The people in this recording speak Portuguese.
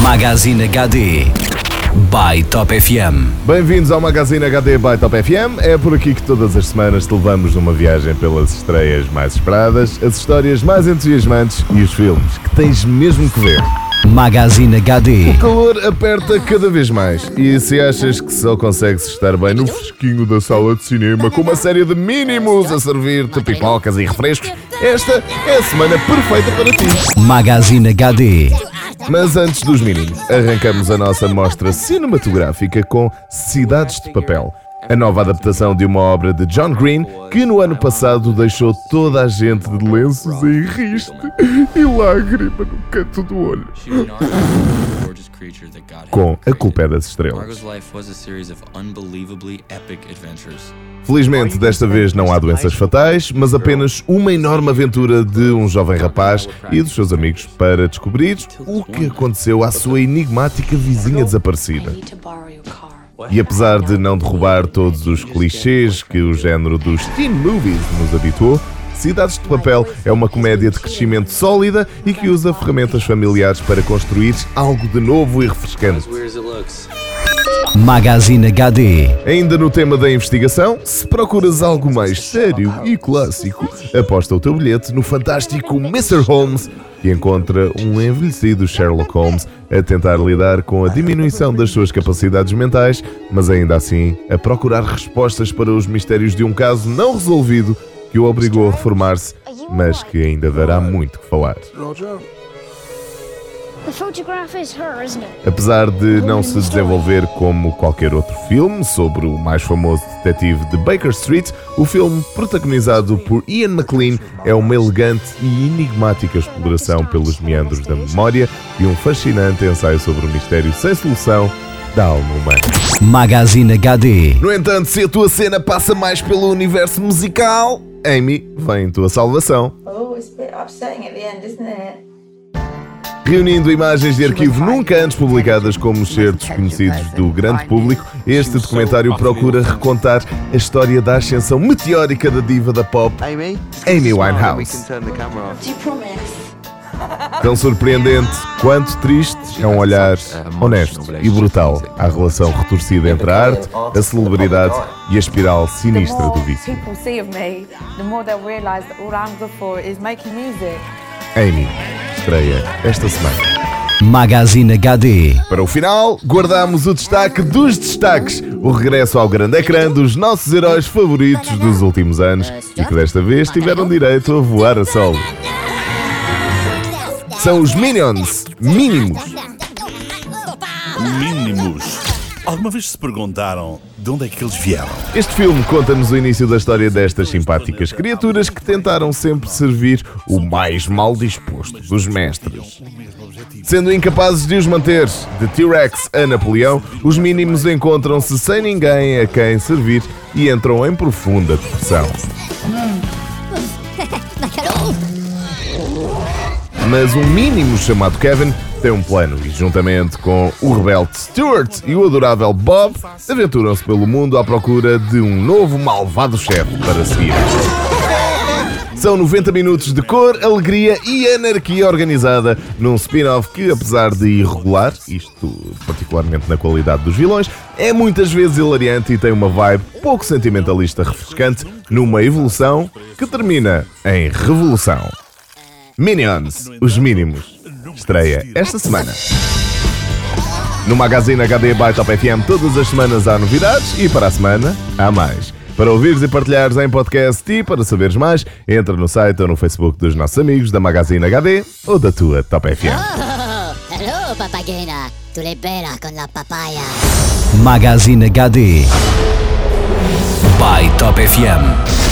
Magazine HD by Top FM. Bem-vindos ao Magazine HD by Top FM. É por aqui que todas as semanas te levamos numa viagem pelas estreias mais esperadas, as histórias mais entusiasmantes e os filmes que tens mesmo que ver. Magazine HD. O calor aperta cada vez mais e se achas que só consegues estar bem no fresquinho da sala de cinema com uma série de mínimos a servir-te pipocas e refrescos, esta é a semana perfeita para ti. Magazine HD. Mas antes dos mínimos, arrancamos a nossa mostra cinematográfica com Cidades de Papel, a nova adaptação de uma obra de John Green que no ano passado deixou toda a gente de lenços em riste e lágrima no canto do olho. Com A Culpa é das Estrelas. Felizmente, desta vez não há doenças fatais, mas apenas uma enorme aventura de um jovem rapaz e dos seus amigos para descobrir o que aconteceu à sua enigmática vizinha desaparecida. E apesar de não derrubar todos os clichês que o género dos teen movies nos habituou, Cidades de Papel é uma comédia de crescimento sólida e que usa ferramentas familiares para construir algo de novo e refrescante. Magazine HD. Ainda no tema da investigação, se procuras algo mais sério e clássico, aposta o teu bilhete no fantástico Mr. Holmes, que encontra um envelhecido Sherlock Holmes a tentar lidar com a diminuição das suas capacidades mentais, mas ainda assim a procurar respostas para os mistérios de um caso não resolvido que o obrigou a reformar-se, mas que ainda dará muito que falar. Apesar de não se desenvolver como qualquer outro filme sobre o mais famoso detetive de Baker Street, o filme, protagonizado por Ian McKellen, é uma elegante e enigmática exploração pelos meandros da memória e um fascinante ensaio sobre o mistério sem solução da alma humana. Magazine HD. No entanto, se a tua cena passa mais pelo universo musical, Amy, vem em tua salvação. Reunindo imagens de arquivo nunca antes publicadas como certos conhecidos do grande público, este documentário procura recontar a história da ascensão meteórica da diva da pop, Amy Winehouse. Tão surpreendente quanto triste é um olhar honesto e brutal à relação retorcida entre a arte, a celebridade e a espiral sinistra do vício. Amy estreia esta semana. Magazine HD. Para o final, guardamos o destaque dos destaques, o regresso ao grande ecrã dos nossos heróis favoritos dos últimos anos e que desta vez tiveram direito a voar a solo. São os Minions, mínimos. Mínimos. Alguma vez se perguntaram de onde é que eles vieram? Este filme conta-nos o início da história destas simpáticas criaturas que tentaram sempre servir o mais mal disposto dos mestres. Sendo incapazes de os manter, de T-Rex a Napoleão, os mínimos encontram-se sem ninguém a quem servir e entram em profunda depressão. Mas um mínimo chamado Kevin tem um plano e, juntamente com o rebelde Stuart e o adorável Bob, aventuram-se pelo mundo à procura de um novo malvado chefe para seguir. São 90 minutos de cor, alegria e anarquia organizada num spin-off que, apesar de irregular, isto particularmente na qualidade dos vilões, é muitas vezes hilariante e tem uma vibe pouco sentimentalista refrescante numa evolução que termina em revolução. Minions, os mínimos, estreia esta semana. No Magazine HD by Top FM todas as semanas há novidades e para a semana há mais. Para ouvires e partilhares em podcast e para saberes mais, entra no site ou no Facebook dos nossos amigos da Magazine HD ou da tua Top FM. Oh, hello, papagena. Tu le bella con la papaya. Magazine HD by Top FM.